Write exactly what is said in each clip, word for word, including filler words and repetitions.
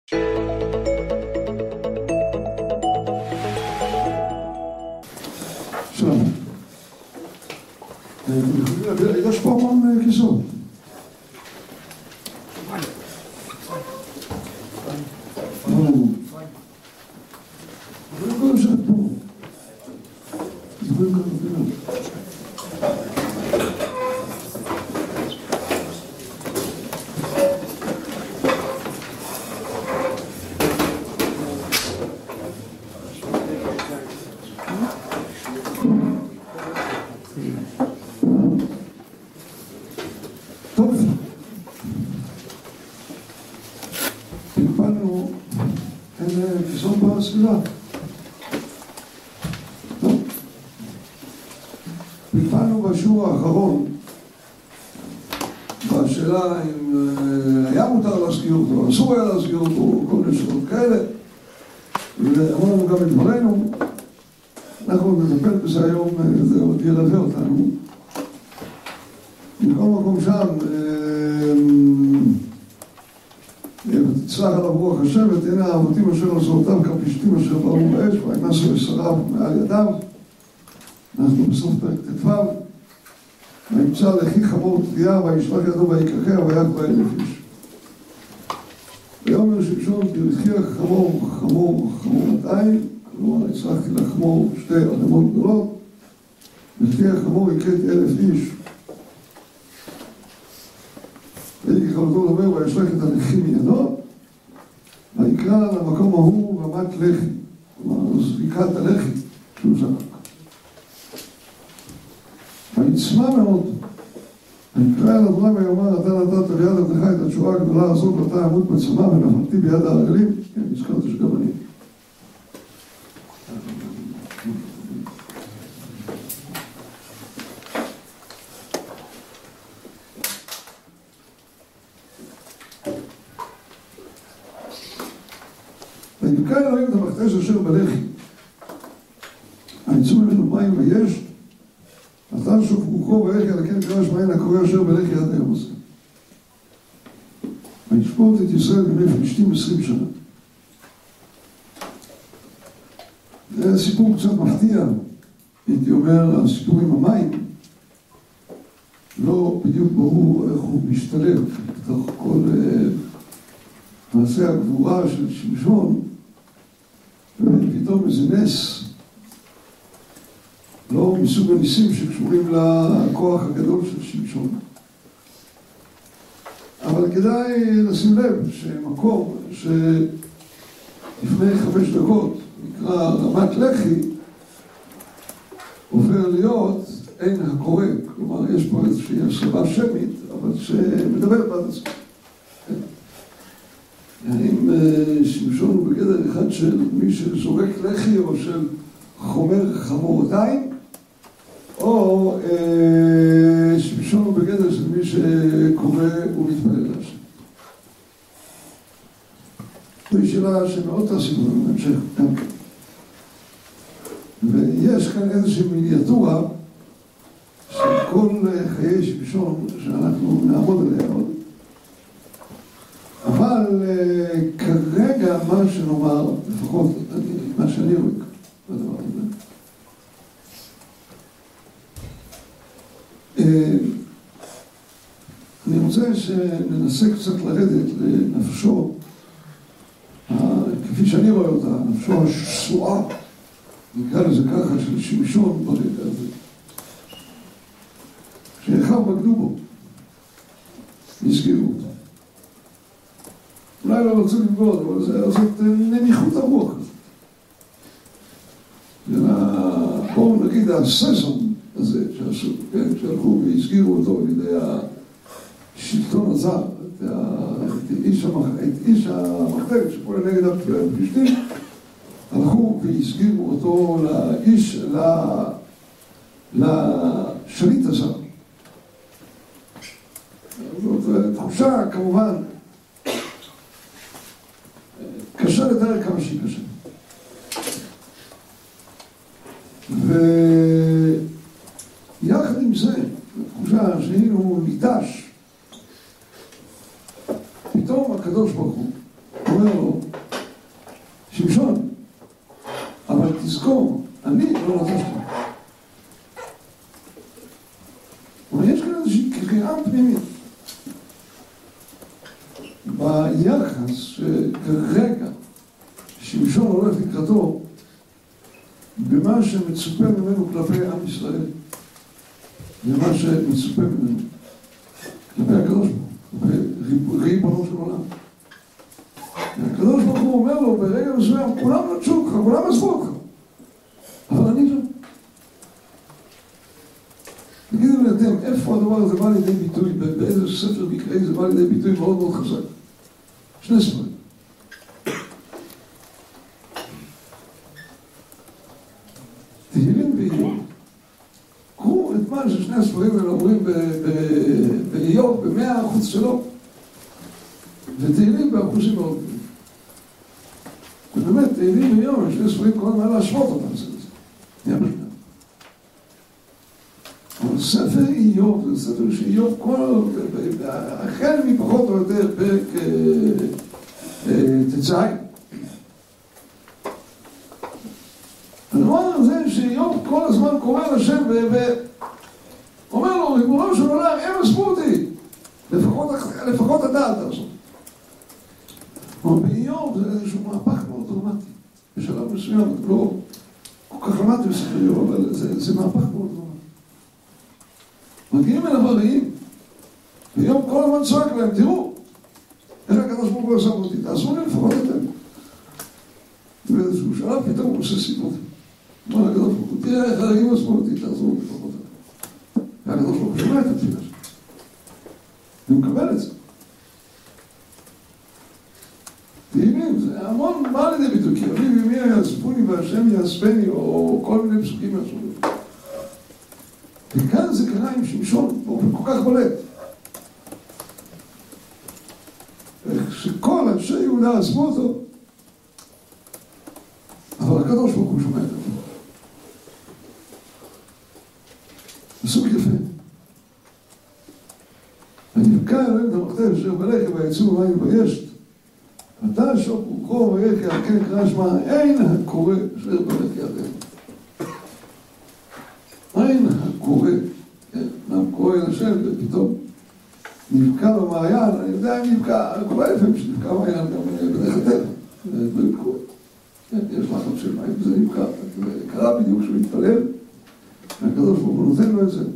שלום. יש פה המון כיסאות. יכולים לשבת פה. יכולים כאן טוב, פלפלנו כיסאות בסביבה. טוב, פלפלנו בשיעור האחרון בשאלה אם היה מותר להזכיר אותו, אסור היה להזכיר אותו, כל מיני שאלות כאלה, ואמרנו גם את דברנו. אנחנו נטפל בזה היום, זה עוד ילווה אותנו. מכל מקום שם, ותצלח עליו רוח השבט, הנה האבותים אשר עשו אותם כפלישתים אשר באו באש, וינשאו שריו מעל ידם. אנחנו בסוף פרק ט"ו. וימצא לכי חמור תחייה, וישלח ידו ויקרחיה, ויך בה אלף איש. ויאמר שמשון פרחיה חמור חמור חמור מאתיים, כלומר הצלחתי לחמור שתי אדמות גדולות, ולפי החמור הכיתי אלף איש. ויהי ככלותו לדבר וישלח את הלחי מידו, ויקרא למקום ההוא רמת לחי, כלומר זריקת הלחי שהוא זרק. ויצמא מאוד, ויקרא אל אדוני ויאמר אתה נתת ביד עבדך את התשועה הגדולה הזאת ואתה אמות בצמא ונפלתי ביד העגלים. כן, הזכרתי שגם אני. ויקרא אלוהים את המכתש אשר בלחי, ויצאו ממנו מים ויש, נתן שוף רוחו ויחי על כן קרא שמעין הקורא אשר בלחי עד היום הזה. וישפוט את ישראל בימי פלישתים עשרים שנה. זה סיפור קצת מפתיע, הייתי אומר, הסיפור עם המים, לא בדיוק ברור איך הוא משתלב בתוך כל מעשה הגבורה של שמשון, ופתאום איזה נס, לא מסוג הניסים שקשורים לכוח הגדול של שמשון. אבל כדאי לשים לב שמקום שלפני חמש דקות נקרא רמת לחי, עובר להיות אין הקורא, כלומר יש פה איזושהי הסבה שמית, אבל שמדברת בעד עצמה. האם שמשון הוא בגדר אחד של מי שזורק לחי או של חומר חמורתיים, או שמשון הוא בגדר של מי שקורא ומתפלל להשם. זוהי שאלה שמאוד תעשינו לנו בהמשך גם כן. ויש כאן איזושהי מיניאטורה של כל חיי שמשון שאנחנו נעמוד עליה עוד. אבל uh, כרגע מה שנאמר, לפחות מה שאני רואה בדבר הזה, uh, אני רוצה שננסה קצת לרדת לנפשו, uh, כפי שאני רואה אותה, נפשו השסועה, נקרא לזה ככה, של שמשון ברגע הזה, שאחיו בגדו בו, הסגירו אותו. אולי לא רוצה לבגוד, אבל זה זאת נמיכות הרוח הזאת. בואו נגיד הסזון הזה שעשו, כן, שהלכו והסגירו אותו על ידי השלטון הזר, את איש המחתרת שפועל נגד הפלישתים, הלכו והסגירו אותו לאיש, לשליט הזר. זאת תחושה כמובן קשה לתאר כמה שהיא קשה. ויחד עם זה, התחושה שהיינו ניטש, פתאום הקדוש ברוך הוא אומר לו, תזכור, אני לא נטשתי. אבל יש כאן איזושהי קריאה פנימית. ביחס שכרגע שמשון הולך לקראתו במה שמצופה ממנו כלפי עם ישראל, במה שמצופה ממנו כלפי הקדוש ברוך הוא, כלפי ריבונו של עולם. הקדוש ברוך הוא אומר לו ברגע מסוים, כולם נטשו אותך, כולם עזבו אותך, אבל אני לא. תגידו לי אתם, איפה הדבר הזה בא לידי ביטוי, באיזה ספר מקראי זה בא לידי ביטוי מאוד מאוד חזק? שני ספרים. תהילים ואיוב. קחו את מה ששני הספרים האלה אומרים באיוב, במאה האחוז שלו, ותהילים באחוזים מאוד גדולים. ובאמת, תהילים ואיוב, שני ספרים כל הזמן להשוות אותם, זה נהיה בשביל. אבל ספר איוב, זה ספר שאיוב כל, החל מפחות או יותר פרק תצאי. הדבר הזה שאיוב כל הזמן קורא לשם ואומר לו, ריבונו של עולם, הם עזבו אותי, לפחות הדעת הזאת. אבל באיוב זה איזשהו מהפך מאוד דרמטי. בשלב מסוים, לא כל כך למדתי בספר איוב, אבל זה מהפך מאוד דרמטי. מגיעים אל הבראים, ויום כל הזמן צועק להם, תראו, איך הקדוש ברוך הוא עזב אותי, תעזרו לי לפחות אתם. ובאיזשהו שלב פתאום הוא עושה סיבות. אמר הקדוש ברוך הוא, תראה איך הרגעים עזבו אותי, תעזרו לי לפחות אתם. והקדוש ברוך הוא שומע את התפילה שלו. הוא מקבל את זה. תהילים, זה המון בא לידי ביטוי, כי אביב ימי יעזבוני והשם יעזבני, או כל מיני פסוקים מהסוג הזה. וכאן זה קרה עם שמשון, באופן כל כך בולט. שכל אנשי יהודה עזבו אותו, אבל הקדוש ברוך הוא שומע את זה. פסוק יפה. ונבקע אלוהים את המכתב אשר בלחם ויצאו מים וישת. אתה שוק רוחו ויהיה כערכי קרא שמע, אין הקורא אשר בלך ירדן. אין הקורא, מה קורא אל השם, ופתאום נבקע במעיין, אני יודע אם נבקע, קורה לפעמים שנבקע במעיין גם בדרך הטבע, דברים קורה. יש לחץ של מים, וזה נבקע, זה קרה בדיוק שהוא התפלל, והקדוש ברוך הוא נותן לו את זה.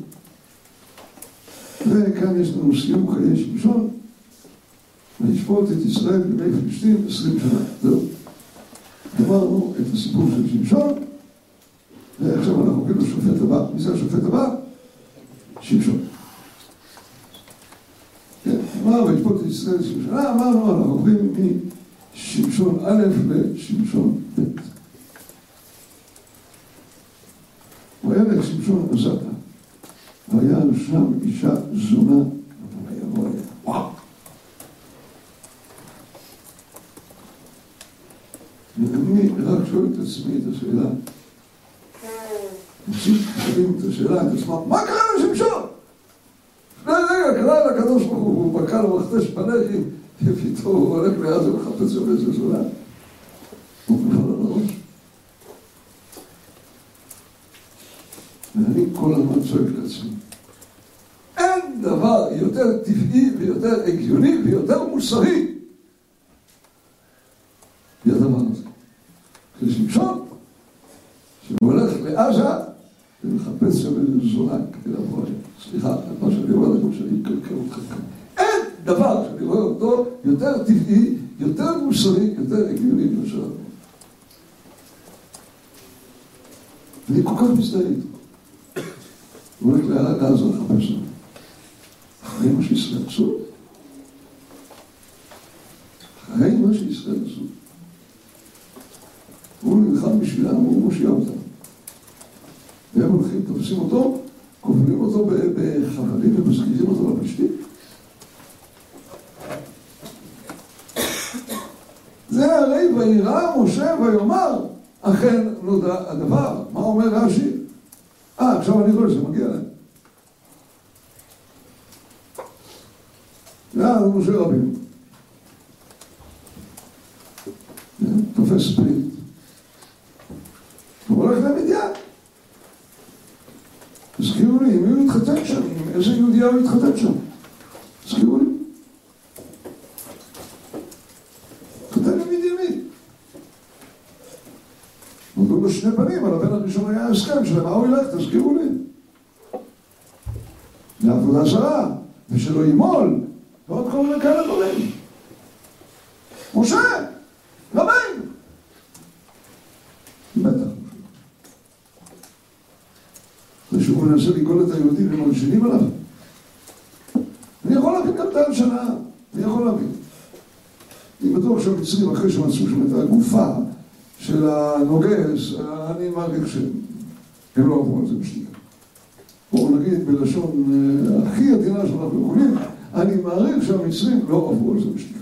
וכאן יש לנו סיום חיי שמשון, וישפוט את ישראל בימי פלישתים עשרים שנה. זהו. אמרנו את הסיפור של שמשון, ועכשיו אנחנו הולכים לשופט הבא. מי זה השופט הבא? שמשון. כן, אמר וישפוט את ישראל עשרים שנה, אמרנו, אנחנו עוברים משמשון א' לשמשון ב'. וילך שמשון עזתה, והיה שם אישה זונה, ויבוא אליה. וואו! ואני רק שואל את עצמי את השאלה, אנשים שואלים את השאלה, את עצמם, מה קרה לשמשון? לפני רגע קרא לקדוש ברוך הוא, הוא בקע לו מכתש פנכים, ופתאום הוא הולך לעזה וחפץ לו איזה זונה. הוא נפל על הראש. ואני כל הזמן צועק לעצמי, אין דבר יותר טבעי ויותר הגיוני ויותר מוסרי מהדבר הזה. כששמשון, שהוא הולך לעזה ומחפש שם איזה זונה כדי לבוא עליה. סליחה, מה שאני אומר לכם שאני אקלקל אתכם כאן. אין דבר שאני רואה אותו יותר טבעי, יותר מוסרי, יותר הגיוני מאשר הדבר. אני כל כך מזדהה איתו. הוא הולך לעזה לחפש שם. אחרי מה שישראל עשו, אחרי מה שישראל עשו, הוא נלחם בשבילם, הוא מושיע אותם. והם הולכים, תופסים אותו, כובלים אותו בחבלים ומסגיזים אותו לפלישתים. זה הרי וירא משה ויאמר, אכן נודע הדבר. מה אומר רש"י? אה, עכשיו אני רואה שזה מגיע להם. זה משה רבינו. תופס פריט. הוא ירמיהו התחתן שם. תזכירו לי. התחתן עם מדיינית. נולדו לו שני בנים, על הבן הראשון היה הסכם שלהם, מה הוא ילך? תזכירו לי. לעבודה זרה, ושלא ימול, ועוד כל מיני כאלה דברים. משה, רבינו. בטח. זה שהוא מנסה לגאול את היהודים ומלשינים עליו. אני יכול להבין גם את ההלשנה, אני יכול להבין. אני בטוח שהמצרים אחרי שמצאו שם את הגופה של הנוגס, אני מעריך שהם לא עברו על זה בשנייה. בואו נגיד בלשון הכי עדינה שאנחנו יכולים, אני מעריך שהמצרים לא עברו על זה בשנייה.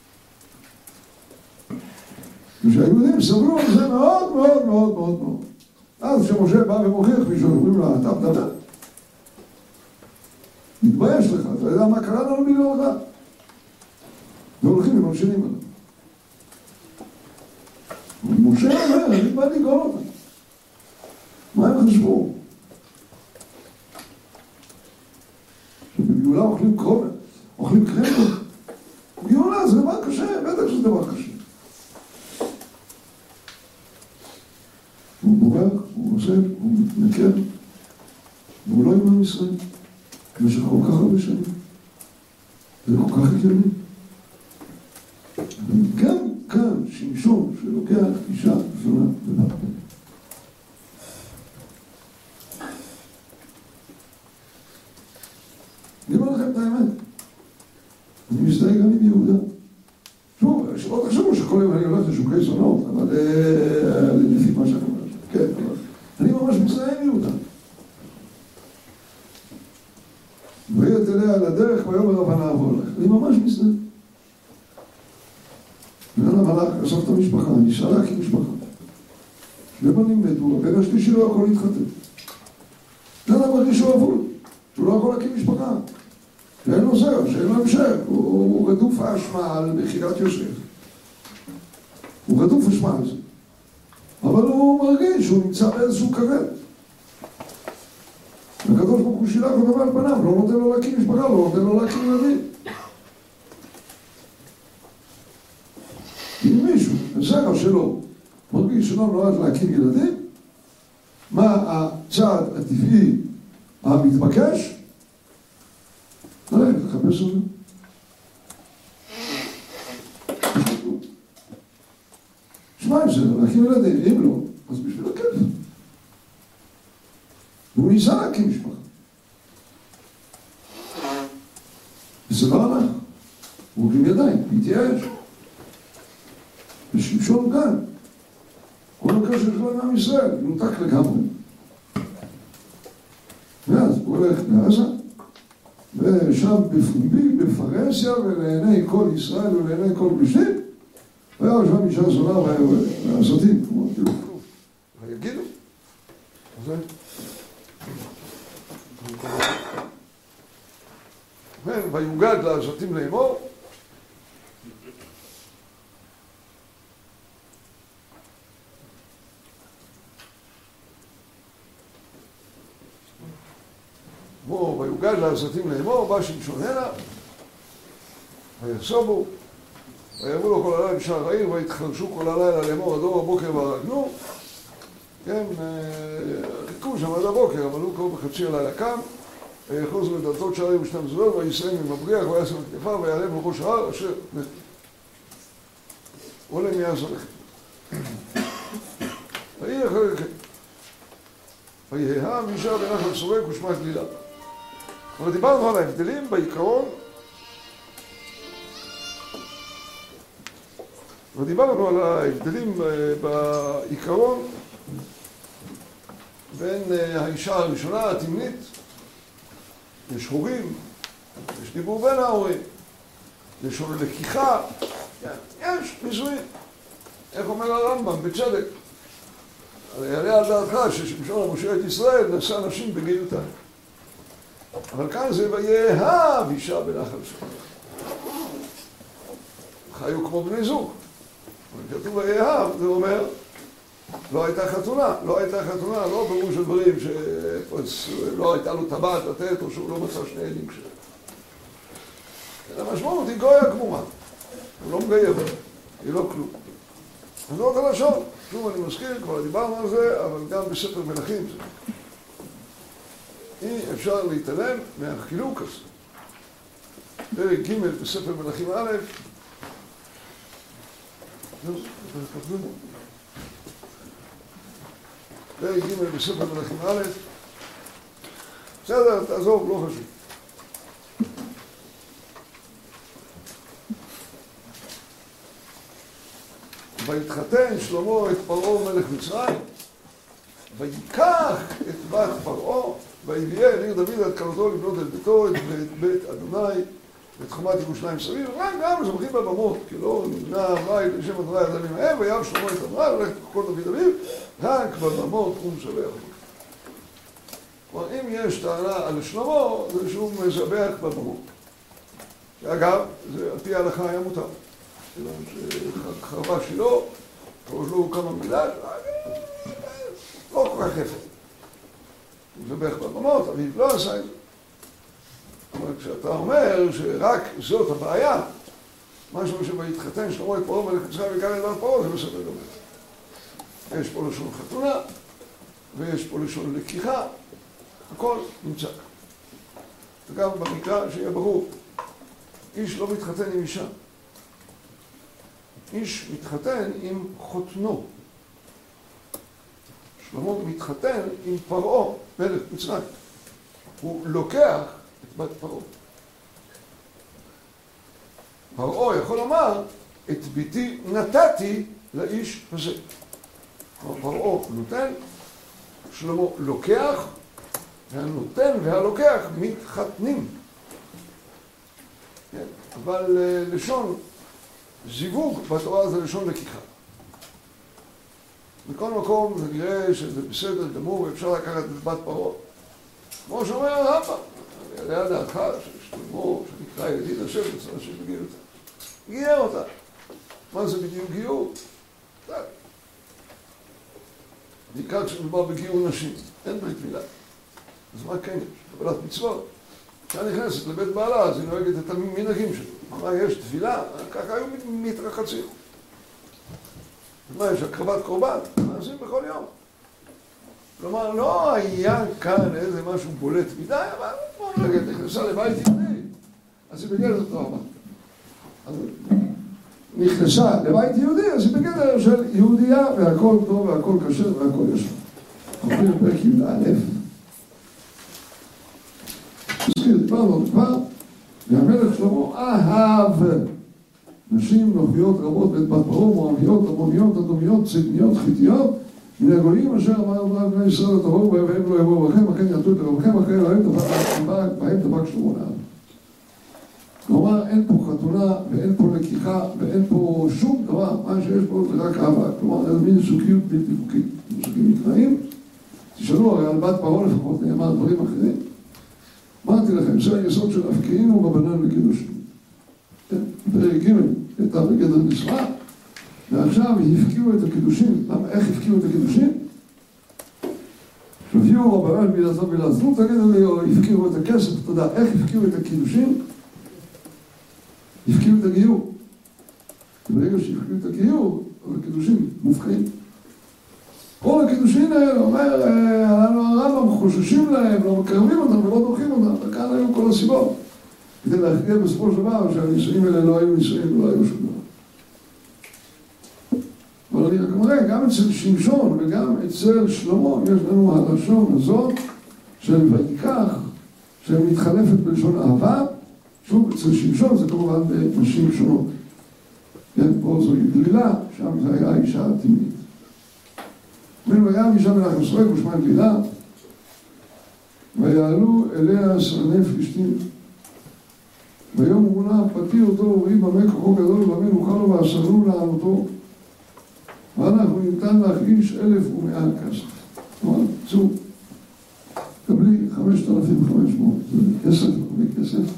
ושהיהודים סבלו על זה מאוד מאוד מאוד מאוד מאוד. אז כשמשה בא ומוכיח מישהו, אומרים לו, אתה מדבר. מתבייש לך, אתה יודע מה קרה לנו בגללך? והולכים ומלשינים עליו. משה אומר, אני בא לגאול אותם. מה הם חשבו? שבגאולה אוכלים קרובה, אוכלים קרמבו. גאולה זה דבר קשה, בטח שזה דבר קשה. הוא בורח, הוא עושה, הוא מתנכר, והוא לא עם עם ישראל, במשך כל כך הרבה שנים. זה כל כך הגיוני. וגם כאן שמשון שלוקח אישה בפניו ובת. אני אומר לכם את האמת. אני מזדהה גם עם יהודה. שוב, שלא תחשבו שכל יום אני הולך לשוקי זונות, אבל לפי מה שאני אומר. כן, אבל אני ממש מזדהה עם יהודה. ויית אליה על הדרך ויאמר רב נעבור לך. אני ממש מזדהה. ואין המלאך, אסף את המשפחה, נשאר להקים משפחה. שני בנים מתו, הבן השלישי לא יכול להתחתן. זה מרגיש שהוא אבוד, שהוא לא יכול להקים משפחה. שאין לו זרע, שאין לו המשך, הוא רדוף האשמה על מכירת יוסף. הוא רדוף האשמה על זה. אבל הוא מרגיש שהוא נמצא באיזשהו כרת. הקדוש ברוך הוא שילח אותו על פניו, לא נותן לו להקים משפחה, לא נותן לו להקים ילדים. אם מישהו, הזרע שלו, מרגיש שלא נועד להקים ילדים, מה הצעד הטבעי המתבקש? ללכת לחפש אותו. שמע עם זה, להקים ילדים, אם לא, אז בשביל הכיף. והוא ניסה להקים משפחה. וזה לא הלך. הוא הקים ידיים, התייאש. ושמשון כאן. כל הקשר שלו עם עם ישראל, נותק לגמרי. ואז הוא הולך לעזה, ושם בפומבי, בפרהסיה, ולעיני כל ישראל ולעיני כל פלישתים, והיה שם אישה זונה והסרטים, כמו כאילו. ויגידו. ויוגד לעזתים לאמור. ויוגד לעזתים לאמור, בא שמשון הנה, ויסובו, ויאמרו לו כל הלילה בשער העיר, ויתחרשו כל הלילה לאמור עד הבוקר והרגנו. כן, חיכו שם עד הבוקר, אבל הוא קרוב בחצי הלילה קם, ויחוז לדלתות שערים ושני מזוזות, ויסיים עם הבריח, וישם את כתפיו, ויעלה בראש ההר, אשר מת. עולה מיעז הלכת. ויהי אחרי כן. ויהה מישה בנחל סורק ושמע גלילה. אבל דיברנו על ההבדלים בעיקרון, ודיברנו על ההבדלים בעיקרון בין האישה הראשונה, התמנית, יש הורים, יש דיבור בין ההורים, יש לקיחה, יש נישואין. איך אומר הרמב"ם בצדק? יעלה על דעתך ששמשון המשה את ישראל נשא נשים בגיותן. אבל כאן זה ויאהב אישה בנחל סורק. חיו כמו בני זוג. אבל כתוב ויאהב, זה אומר לא הייתה חתונה, לא הייתה חתונה, לא פירוש הדברים שלא הייתה לו טבעת לתת או שהוא לא מצא שני עדים כשרים. המשמעות היא גויה גמורה, הוא לא מגייר, היא לא כלום. אז זאת הלשון, שוב אני מזכיר, כבר דיברנו על זה, אבל גם בספר מלכים זה. אי אפשר להתעלם מהחילוק הזה. פרק ג' בספר מלכים א', פרק ג' בספר מלכים א', בסדר, תעזוב, לא חשוב. ויתחתן שלמה את פרעה מלך מצרים, ויקח את בת פרעה, ויביאה אל עיר דוד עד כלתו לבנות אל ביתו, את בית אדוני, ואת חומת ירושלים סביב, רק גם זמחים בבמות, כי לא נבנה בית לשם אדוני עד הימים ההם, ויעב שלמה את אדוני, הולך כל דוד אביו, רק בבמות הוא משבח. כלומר, אם יש טענה על שלמה, זה שהוא משבח בבמות. שאגב, זה על פי ההלכה היה מותר. חרבה שלו, תרוזלו כמה מילה, לא כל כך יפה. הוא משבח בבמות, אביו לא עשה את זה. אבל כשאתה אומר שרק זאת הבעיה, משהו שבהתחתן שלמה את פרעה מלך מצרים ויקח את בת פרעה, זה בסדר גמור. יש פה לשון חתונה, ויש פה לשון לקיחה, הכל נמצא. וגם במקרא שיהיה ברור, איש לא מתחתן עם אישה. איש מתחתן עם חותנו. שלמה מתחתן עם פרעה מלך מצרים. הוא לוקח את בת פרעה. פרעה יכול לומר, את ביתי נתתי לאיש הזה. פרעה נותן, שלמה לוקח, והנותן והלוקח מתחתנים. כן, אבל לשון זיווג בתורה זה לשון לקיחה. בכל מקום זה נראה שזה בסדר גמור ואפשר לקחת את בת פרעה. כמו שאומר הרמב"ם, על יד דעתך ששלמה, שנקרא ידיד השם, בצורה שבגיל אותה. גייר אותה. מה זה בדיוק גיור? בעיקר כשמדובר בגיור נשים, אין ברית מילה. אז מה כן יש? קבלת מצוות. כשאני נכנסת לבית בעלה, אז היא נוהגת את המנהגים שלו. מה יש? תפילה? ככה היו מתרחצים. מה יש? הקרבת קורבן? נעשים בכל יום. כלומר, לא היה כאן איזה משהו בולט מדי, אבל בואו נגיד, נכנסה לבית יהודי, אז היא בגדר אותו רבה. אז נכנסה לבית יהודי, אז היא בגדר של יהודייה, והכל טוב, והכל כשר, והכל ישר. חופרים בפרק י"א. נזכיר, דיברנו עוד כבר, והמלך שלמה אהב נשים נוחיות רבות ואת בת פרעה, מואביות, עמוניות, אדומיות, צדניות, חיתיות, מן הגויים אשר אמר אמר בני ישראל תבואו והם לא יבואו בכם, אכן יעטו את רבכם, אחרי אלוהים בהם טבק שלמה לעם. כלומר, אין פה חתונה ואין פה לקיחה ואין פה שום דבר, מה שיש פה זה רק אהבה. כלומר, זה מין סוכיות בלתי חוקית, מושגים מקראיים. תשאלו, הרי על בת פרעה לפחות נאמר דברים אחרים. אמרתי לכם, זה היסוד של הפקיעים ורבנן וקידושים. פרק ג' הייתה בגדר נשואה, ועכשיו הפקיעו את הקידושים. למה? איך הפקיעו את הקידושים? שהביאו רבנן בלעזוב ולעזרו, תגידו לי, או הפקיעו את הכסף, תודה, איך הפקיעו את הקידושים? הפקיעו את הגיור. ברגע שהפקיעו את הגיור, הקידושים מופקעים. כל הקידושים האלה, אומר, הרמב"ם חוששים להם, לא מקרבים אותם ולא דוחים אותם, וכאן היו כל הסיבות. כדי להכריע בסופו של דבר שהנישואים האלה לא היו נישואים ולא היו שום דבר. אבל אני רק אומר, גם אצל שמשון וגם אצל שלמה יש לנו הלשון הזאת של ויקח, שמתחלפת בלשון אהבה. שוב, אצל שמשון זה כמובן בנשים שונות. כן, פה זו גלילה, שם זה היה האישה התימנית. מן וים אישה מנחם שורק ושמה גלילה, ויעלו אליה סרני פלישתים. ביום אמונה פתיר אותו וראי במה כוחו גדול ובמה נוכל לו ואסרנו לענותו. ואנחנו ניתן להכיש אלף ומאה כסף. כלומר, צאו, קבלי חמשת אלפים וחמש מאות, זה כסף, הרבה כסף.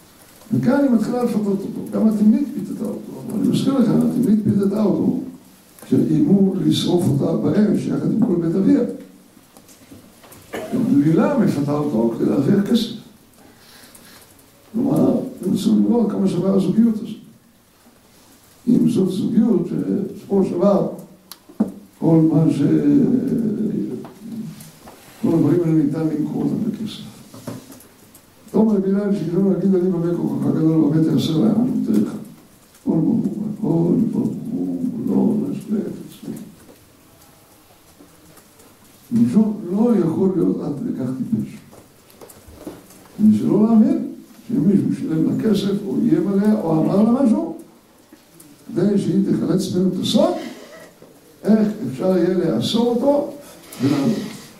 וכאן היא מתחילה לפתות אותו. גם התמנית פיתתה אותו, אבל אני מזכיר לכם, התמנית פיתתה אותו כשאיימו לשרוף אותה באש יחד עם כל בית אביה. דלילה מפתה אותו כדי להרוויח כסף. כלומר, הם צריכים לראות כמה שווה הזוגיות הזאת. אם זאת זוגיות שבסופו של דבר כל מה ש... כל הדברים האלה ניתן למכור אותם בכסף. תאמר בלעד שגלום להגיד אני במה כוחך גדול ובמה תעשר להם אני מתאר לך. כל ברור, הכל ברור, לא נשלה את עצמי. מישהו לא יכול להיות עד כדי כך טיפש. אני שלא להאמין שמישהו שילם לה כסף או איים עליה או אמר לה משהו כדי שהיא תחלץ ממנו את הסוד, איך אפשר יהיה לאסור אותו ולעלות.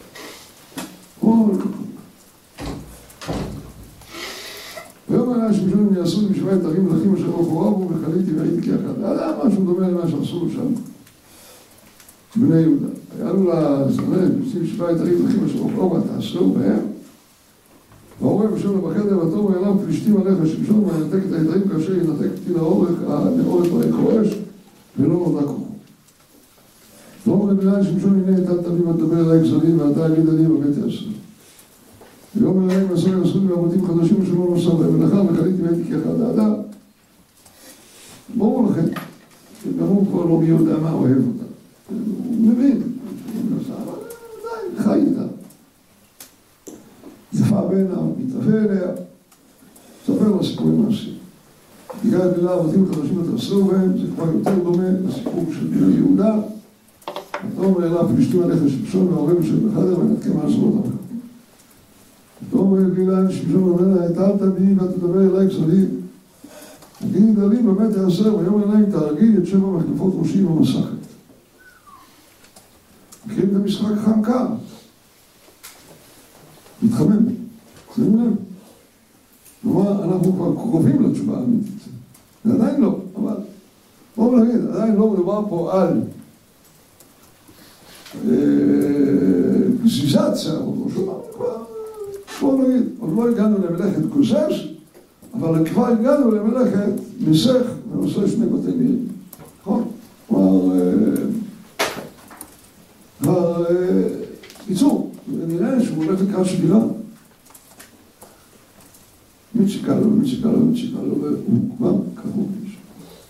ויום עליה שמשונים יעשו לי משווה את הרים מלכים אשר לא חורבו וחליתי והייתי כאחד. היה משהו דומה למה שעשו שם בני יהודה. היה לו לזמן, עושים משווה את הרים מלכים אשר לא חורבו, תעשרו בהם. והעורב יושב בחדר ותאמר אליו פלישתים עליך שמשון וינתק את היתרים כאשר ינתק פתיל האורך, האורך ויחורש ולא נודע כוחו. תאמר בלעד שמשון הנה אתה תביא ותדבר אליי גזרים ואתה אגיד אני במה תעשה. ויאמר אליהם עשו יעשו לי עבודים חדשים שלא נוסע בהם ולאחר וחליתי והייתי כאחד האדם. ברור לכם, גם הוא כבר לא מי יודע מה אוהב אותה. הוא מבין, אבל עדיין חי איתה. יפה בעיניו, מתאווה אליה, ספר לה סיפורים מעשיים. הגיעה את מילה עבודים חדשים ותעשו בהם, זה כבר יותר דומה לסיפור של בני יהודה. ותאמר אליו פלישתים עליך שמשון והעורב יושב בחדר ונתקם לעזור אותם. ותאמר בלעד שמשון אומר לה, אל תביאי ותדבר אליי גזרים. תגיד לי במה תעשה, ויאמר אליהם תהרגי את שבע מחלפות ראשי במסכת. מכירים את המשחק חם קר. מתחמם. שימו לב. כלומר, אנחנו כבר קרובים לתשובה האמיתית. זה עדיין לא, אבל בואו נגיד, עדיין לא מדובר פה על גזיזת שערות, או שמה, בואו נגיד, עוד לא הגענו למלאכת גוזז, אבל כבר הגענו למלאכת מסך ונושא שני בתי מילים. נכון? כלומר, כבר ייצור, נראה שהוא הולך לקראת שבילה. מצ'יקה לו, מצ'יקה לו, מצ'יקה לו, והוא כבר קרוב לשם.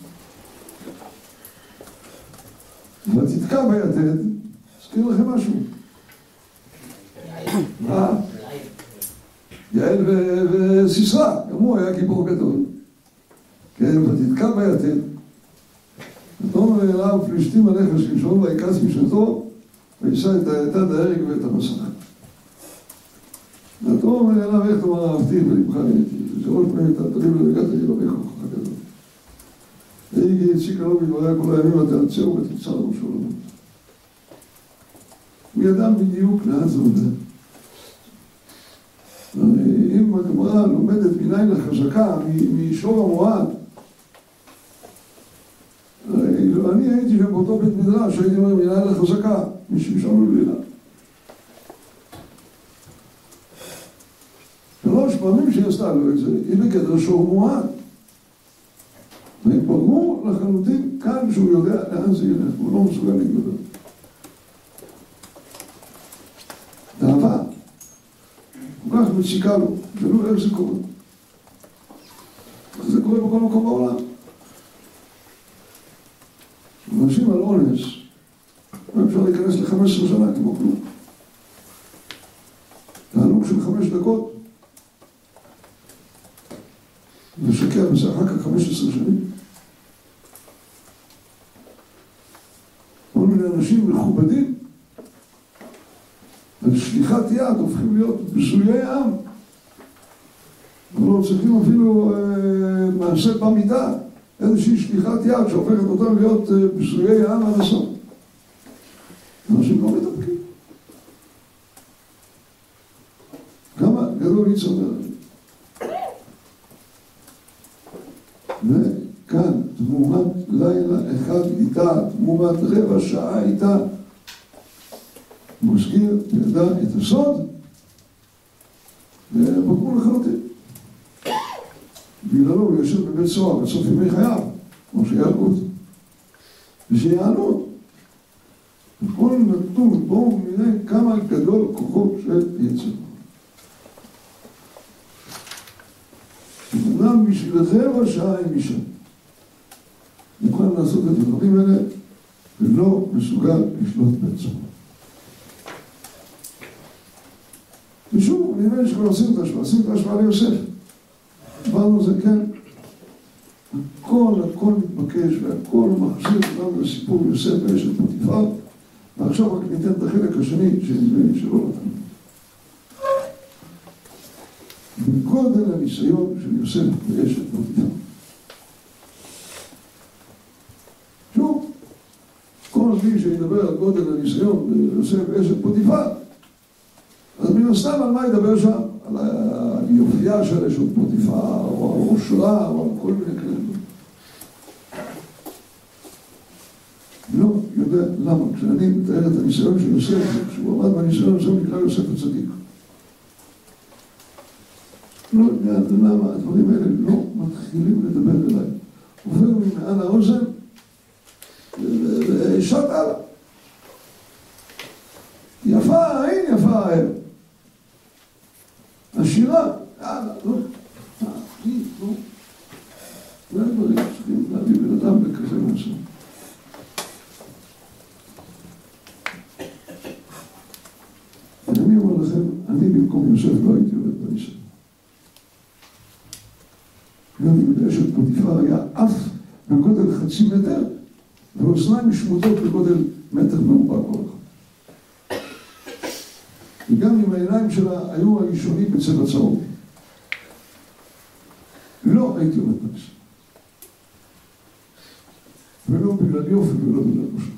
ותתקע ביתד, אזכיר לכם משהו. מה? יעל וסיסרא, גם הוא היה גיבור גדול. כן, ותתקע ביתד. ותאמר אליו פלישתים עליך שמשון ויקץ משנתו, וישא את היתד ההרג ואת המסך. ותאמר אליו איך תאמר אהבתי ולבך נהייתי. שלוש פעמים אתה תריב ולגעת לי במה כוחך גדול. והגיע הצ'יקה לו בדבריה כל הימים ותאלצהו ותמצא לו שולמות. הוא ידע בדיוק לאן זה עובד. אם הגמרא לומדת מניין לחזקה, משור המועד, אני הייתי שם באותו בית מדרש, הייתי אומר מניין לחזקה, משמשון ובלילה. שלוש פעמים שהיא עשתה לו את זה, היא בגדר שור מועד. וברור לחלוטין כאן שהוא יודע לאן זה ילך, הוא לא מסוגל להתגבר. דאבה, כל כך מציקה לו, ולא איך זה קורה. זה קורה בכל מקום בעולם. אנשים על אונס, אפשר להיכנס ל-חמש עשרה שנה כמו כלום. תענוג של חמש דקות, ושקע בזה אחר כך חמש עשרה שנים. כל מיני אנשים מכובדים, על שליחת יד הופכים להיות בזויי עם. אנחנו צריכים אפילו אה, מעשה במידה, איזושהי שליחת יד שהופכת אותם להיות אה, בזויי עם עד הסוף. אנשים לא מתאפקים. כמה גדול יצטבר. וכאן תמומת לילה אחד איתה, תמומת רבע שעה איתה, מסגיר ידע את הסוד וברור לחלוטין. בגללו הוא יושב בבית סוהר בסוף ימי חייו, כמו שיעקות, ושיענות, בכל נתון, בואו נראה כמה גדול כוחו של יצר. אמנם בשביל רבע שעה עם אישה. מוכן לעשות את הדברים האלה ולא מסוגל לשלוט בעצמו. ושוב, נראה שכבר עושים את השוואה, עושים את השוואה ליוסף. אמרנו זה כן, הכל, הכל מתבקש והכל מחזיר אותנו לסיפור יוסף ואשת פוטיפר, ועכשיו רק ניתן את החלק השני שנדמה שלא נתנו. בגודל הניסיון של יוסף ואשת פוטיפר. שוב, כל מי שידבר על גודל הניסיון ויוסף ואשת פוטיפר, אז מן הסתם על מה ידבר שם? על היופייה של אשת פוטיפר, או על אושרה, או על כל מיני כאלה. לא יודע למה, כשאני מתאר את הניסיון של יוסף, כשהוא עמד בניסיון הזה, הוא נקרא יוסף הצדיק. לא יודע למה הדברים האלה לא מתחילים לדבר אליי. עובר ממעל האוזן ושט הלאה. יפה העין, יפה הער. השירה, יאללה, לא, תעשי, לא. זה הדברים צריכים להביא בן אדם בכזה מעשה. אני אומר לכם, אני במקום יוסף לא הייתי עובד בניסיון. גם אם אשת פוטיפר היה אף בגודל חצי מטר, ואוזניים שמוטות בגודל מטר מרובע כל אחד. וגם אם העיניים שלה היו הראשונים בצבע צהוב. לא הייתי עומד בניסיון. ולא בגלל יופי ולא בגלל מושלם.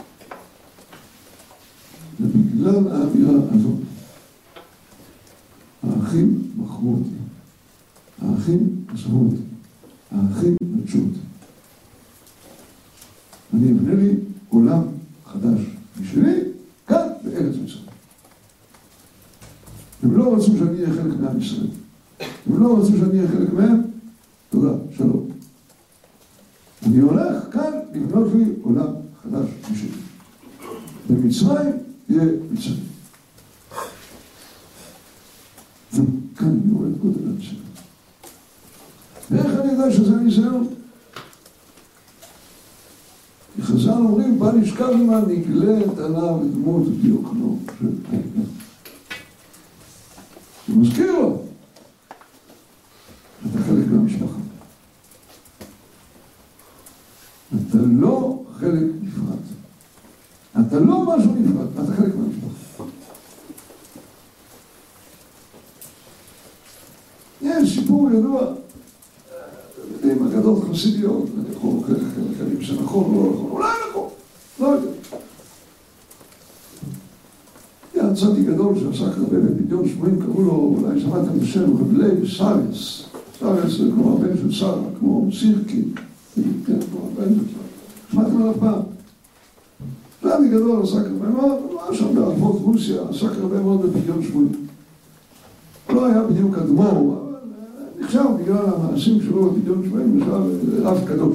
ובגלל האמירה הזאת, האחים מכרו אותי. האחים עזבו אותי. האחים נטשו אותי. אני אבנה לי עולם חדש משלי, כאן בארץ מצרים. הם לא רצו שאני אהיה חלק מעם ישראל. הם לא רצו שאני אהיה חלק מהם. תודה, שלום. אני הולך כאן לבנות לי עולם חדש משלי. במצרים יהיה מצרים. וכאן אני רואה את גודל הניסיון. ואיך אני יודע שזה הניסיון? כי חז"ל אומרים, בא נשכב עמה נגלית עליו דמות דיוקנו של העניין. הוא מזכיר לו. אתה חלק מהמשפחה. אתה לא חלק נפרד. אתה לא משהו נפרד, אתה חלק מהמשפחה. יש סיפור ידוע, אתם יודעים, אגדות חסידיות, אני יכול להגיד שנכון או לא נכון, אולי נכון, לא יודע. היה צדיק גדול שעסק הרבה בפדיון שבויים, קראו לו, אולי שמעתם בשם, רב לוי סריס. סריס זה כמו הבן של שרה, כמו סירקי, כן, כמו הבן של שרה. שמעתם עליו פעם? צדיק גדול עסק הרבה מאוד, הוא היה שם בערבות רוסיה, עסק הרבה מאוד בפדיון שבויים. לא היה בדיוק אדמו"ר, אבל נחשב בגלל המעשים שלו בפדיון שבויים, נחשב רב קדוש.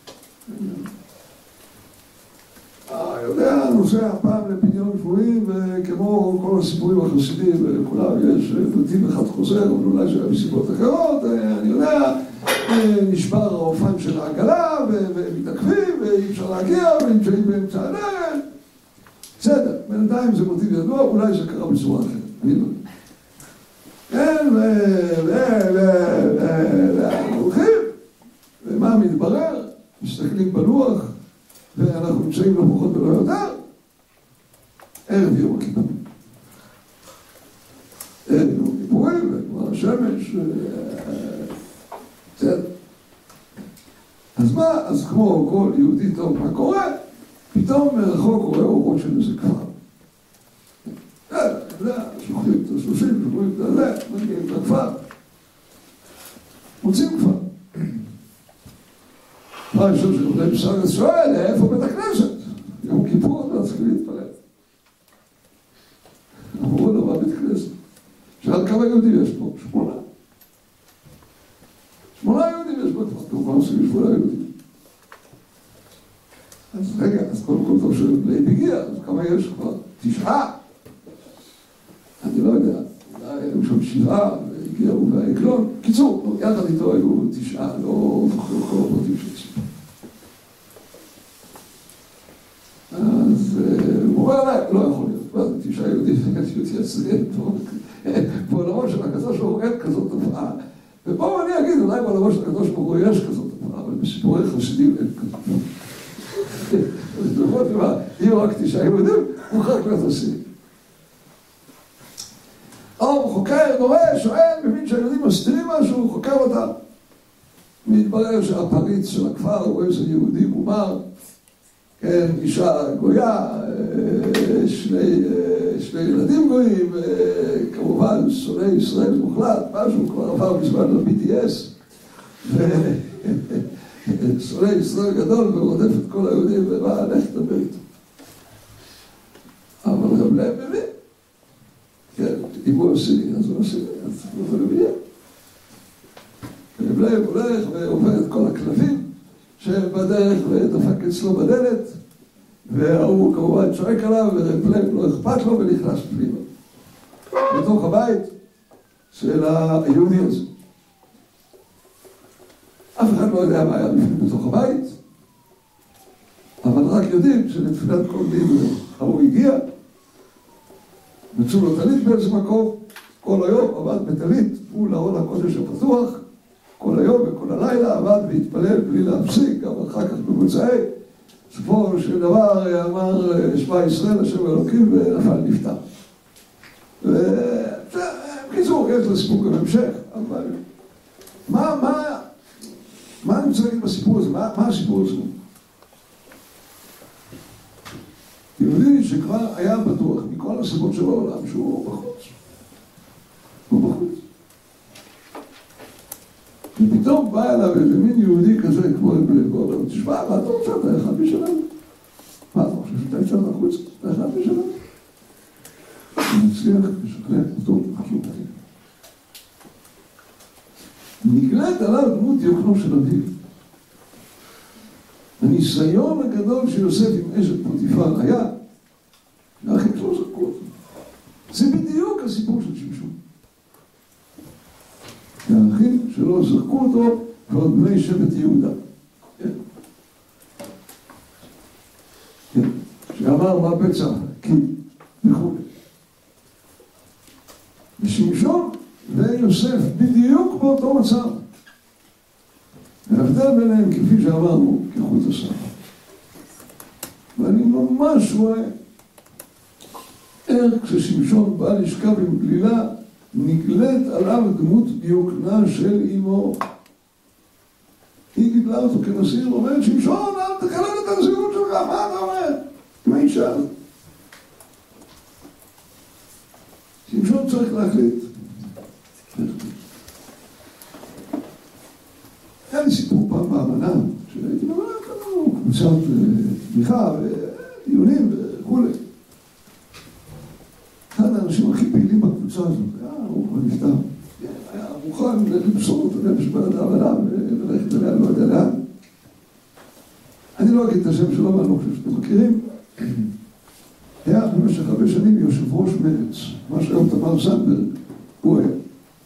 יודע, נוסע פעם לפדיון שבויים, וכמו כל הסיפורים החסידיים, וכולם יש פרטים אחד חוזר, אבל אולי זה היה בסיבות אחרות, אני יודע, נשבר האופן של העגלה, ומתעכבים, ואי אפשר להגיע, ונמצאים באמצע הדרך. בסדר, בינתיים זה מוטיב ידוע, אולי זה קרה בצורה אחרת, אני לא יודע. כן, ו... ו... ו... ו... הולכים, ומה מתברר? מסתכלים בלוח, ואנחנו נמצאים לא פחות ולא יותר, ערב יום הכיפורים. ערב יום הכיפורים, וכבר השמש, בסדר. אז מה, אז כמו כל יהודי טוב, מה קורה? פתאום מרחוק רואה אורות של איזה כפר. אתה יודע, שוכרים את השלושים, שוכרים את הזה, מגיעים את הכפר. מוצאים כפר. מה אני חושב שרבי בסרס שואל, איפה בית הכנסת? יום כיפור עוד לא צריכים להתפלל. אמרו לו, מה בית הכנסת? שאל כמה יהודים יש פה? שמונה. שמונה יהודים יש פה, כמובן עושים שמונה יהודים. אז רגע, אז קודם כל טוב שלייב הגיע, אז כמה יש כבר? תשעה? אני לא יודע, אולי היו שם שבעה, והגיעו והעקלון. קיצור, יחד איתו היו תשעה, לא זוכר כל הפרטים של ציבור. אז הוא אומר עליי, לא יכול להיות, מה זה תשעה יהודים, יהודי עשריין, בעולמו של הקדוש ברוך הוא אין כזאת תופעה. ובואו אני אגיד, אולי בעולמו של הקדוש ברוך הוא יש כזאת תופעה, אבל בסיפורי חסידים אין כזאת תופעה. אז לפחות למה, אם רק תשעה יהודים, הוא חלק להיות עשרים. או הוא חוקר, נורא, שואל, מבין שהיהודים מסתירים משהו, הוא חוקר אותם. מתברר שהפריץ של הכפר הוא איזה יהודי מומר, כן, אישה גויה, שני, שני ילדים גויים, כמובן שונא ישראל מוחלט, משהו כבר עבר בזמן ל-בי טי אס, שונא ישראל גדול ורודף את כל היהודים ובא ללכת לדבר איתו. אבל רב לב מבין, כן, אם הוא עשירי, אז הוא עשירי, אז הוא לא מבין. רב לב הולך ועובר את כל הכלבים, שבדרך ודפק אצלו בדלת, והוא כמובן צועק עליו, ורב לא אכפת לו ונכנס פנימה. בתוך הבית של היהודי הזה. אף אחד לא יודע מה היה בפנים בתוך הבית, אבל רק יודעים שלתפילת כל דין הוא הגיע, מצאו לו טלית באיזה מקום, כל היום עבד בטלית, הוא לארון הקודש הפתוח, כל היום וכל הלילה עבד והתפלל בלי להפסיק, גם אחר כך במוצאי. בסופו של דבר אמר שמע ישראל השם אלוקים ונפל נפטר. ובקיצור, יש לסיפור גם המשך, אבל מה, מה, מה אני רוצה להגיד בסיפור הזה? מה, מה הסיפור הזה? יהודי שכבר היה בטוח מכל הסיבות של העולם שהוא בחוץ. הוא בחוץ. ופתאום בא אליו איזה מין יהודי כזה כמו רב לב, ואומר, תשמע, מה אתה רוצה? אתה אחד משלנו. מה אתה חושב שאתה יצא לחוץ? אתה אחד משלנו. הוא מצליח לשכנע אותו בחיובי. נגלית עליו דמות דיוקנו של אביו. הניסיון הגדול שיוסף עם אשת פוטיפר היה, שהאחים שלו זרקו אותו. זה בדיוק הסיפור של שמשון. האחים שלו זרקו אותו ועוד בני שבט יהודה. כן. כן. שאמר מה פצע, כי וכו'. ושמשון ויוסף בדיוק באותו מצב. ההבדל ביניהם, כפי שאמרנו, כחוט השערה. ואני ממש רואה איך כששמשון בא לשכב עם גלילה, נגלית עליו דמות דיוקנה של אמו. היא גידלה אותו כנשיא, ואומרת, שמשון, אל תחלל את הנשיאות שלך, מה אתה אומר? עם האישה הזאת. שמשון צריך להחליט. היה לי סיפור פעם באמנה, שהייתי באמנה, קראנו קבוצת תמיכה ודיונים וכו'. אחד האנשים הכי פעילים בקבוצה הזאת, היה הוא כבר נפטר, היה מוכן למסור את הנפש בעד ההבנה וללכת אליה, לא יודע לאן. אני לא אגיד את השם שלו, אבל אני לא חושב שאתם מכירים. היה במשך הרבה שנים יושב ראש מרץ, מה שהיום תמר זנדברג, הוא היה.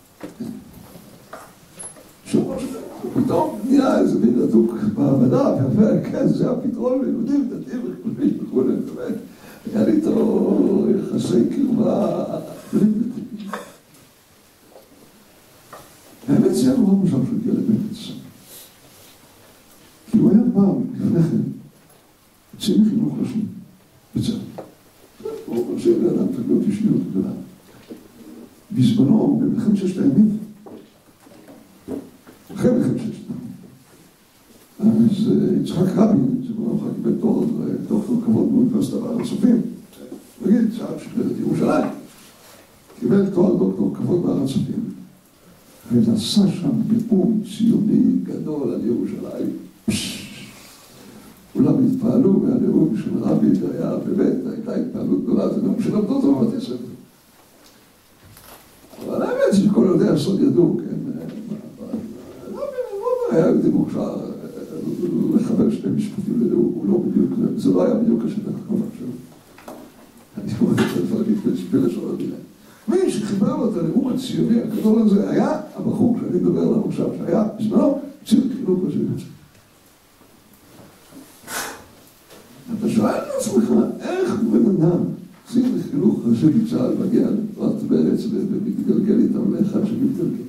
יושב ראש מרץ, פתאום נהיה איזה מין דוק בעבודה, כן, זה הפתרון ליהודים, דתיים וכולי וכולי, באמת. היה לי איתו יחסי קרבה גדולים יותר. האמת זה היה נורא מוזר שהוא הגיע למרץ. כי הוא היה פעם, לפני כן, קצין חינוך ראשי, בצה"ל. הוא ראשי לאדם תגלות אישיות גדולה. בזמנו, במלחמת ששת הימים, אחרי מלחמת ששת הימים, אז יצחק רבין, זיכרונו לברכה, קיבל תואר דוקטור כבוד באוניברסיטה בהר הצופים, נגיד, צה"ל שחרר את ירושלים, קיבל תואר דוקטור כבוד בהר הצופים, ונשא שם נאום ציוני גדול על ירושלים. כולם התפעלו מהנאום של רבין, היה באמת, הייתה התפעלות גדולה, זה נאום שלמדו אותו בבתי ספר. אבל האמת שכל יודע הסוד ידעו, כן, רבין היה יותר מוכשר לחבר שני משפטים לנאום, הוא לא בדיוק זה לא היה בדיוק השטח החכמה שלו. אני אומר את הדברים בלשון המדינה. מי שחיבר לו את הנאום הציוני הגדול הזה היה הבחור שאני מדבר עליו עכשיו, שהיה בזמנו קצין חינוך בזמן. אתה שואל את עצמך, איך בן אדם קצין חינוך ראשי בצה"ל מגיע לפרט בארץ ומתגלגל איתם לאחד שמתגלגל?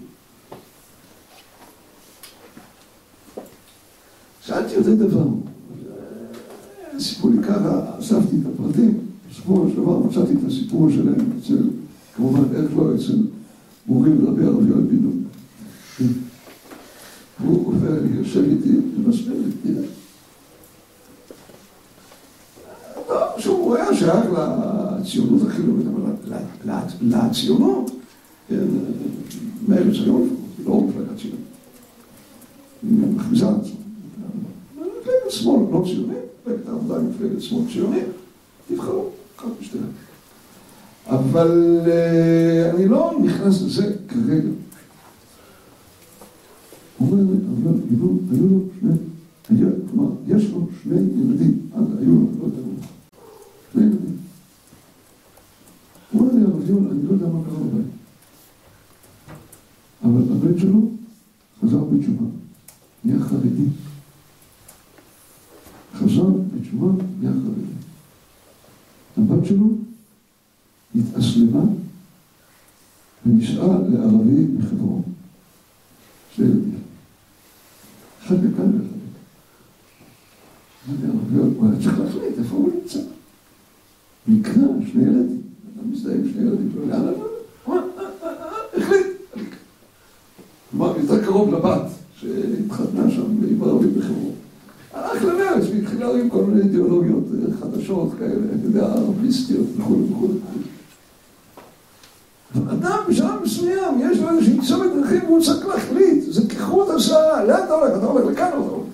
שאלתי אותי דבר, סיפור לי ככה, אספתי את הפרטים, בסופו של דבר מצאתי את הסיפור שלהם אצל, כמובן איך לא אצל מורים רבי הרב יואל בן-נון. הוא עובר, אני יושב איתי ומסביר לי, תראה. טוב, שהוא היה שייך לציונות החילונית, אבל לציונות, מארץ היום, לא מפלגת ציונות. היא מכריזה על עצמה. מפלגת שמאל לא ציונית, מפלגת העבודה היא מפלגת שמאל ציונית, תבחרו, כך משתנה. אבל אני לא נכנס לזה כרגע. הוא אומר לי, היו לו שני, כלומר, יש לו שני ילדים, אז היו לו, לא יודע מה, שני ילדים. הוא אומר לי, הרב, אני לא יודע מה קרה בבית. אבל הבן שלו חזר בתשובה, נהיה חרדי. חזר בתשובה, נהיה חרדי. הבת שלו התאסלמה ונישאה לערבי בחברון. שני ילדים. אחד מכאן ואחד מכאן. הוא היה צריך להחליט איפה הוא נמצא. נקרא שני ילדים. אתה מזדהה עם שני ילדים. הוא היה למה? החליט. כלומר, יותר קרוב לבת שהתחתנה שם עם ערבי בחברון. הלך למרץ והתחילה עם כל מיני אידיאולוגיות חדשות כאלה, אני יודע, ערביסטיות וכו' וכו'. אבל אדם בשלב מסוים, יש לו איזושהי צומת דרכים והוא צריך להחליט, זה כחוט השערה, לאן אתה הולך? אתה הולך לכאן או אתה הולך?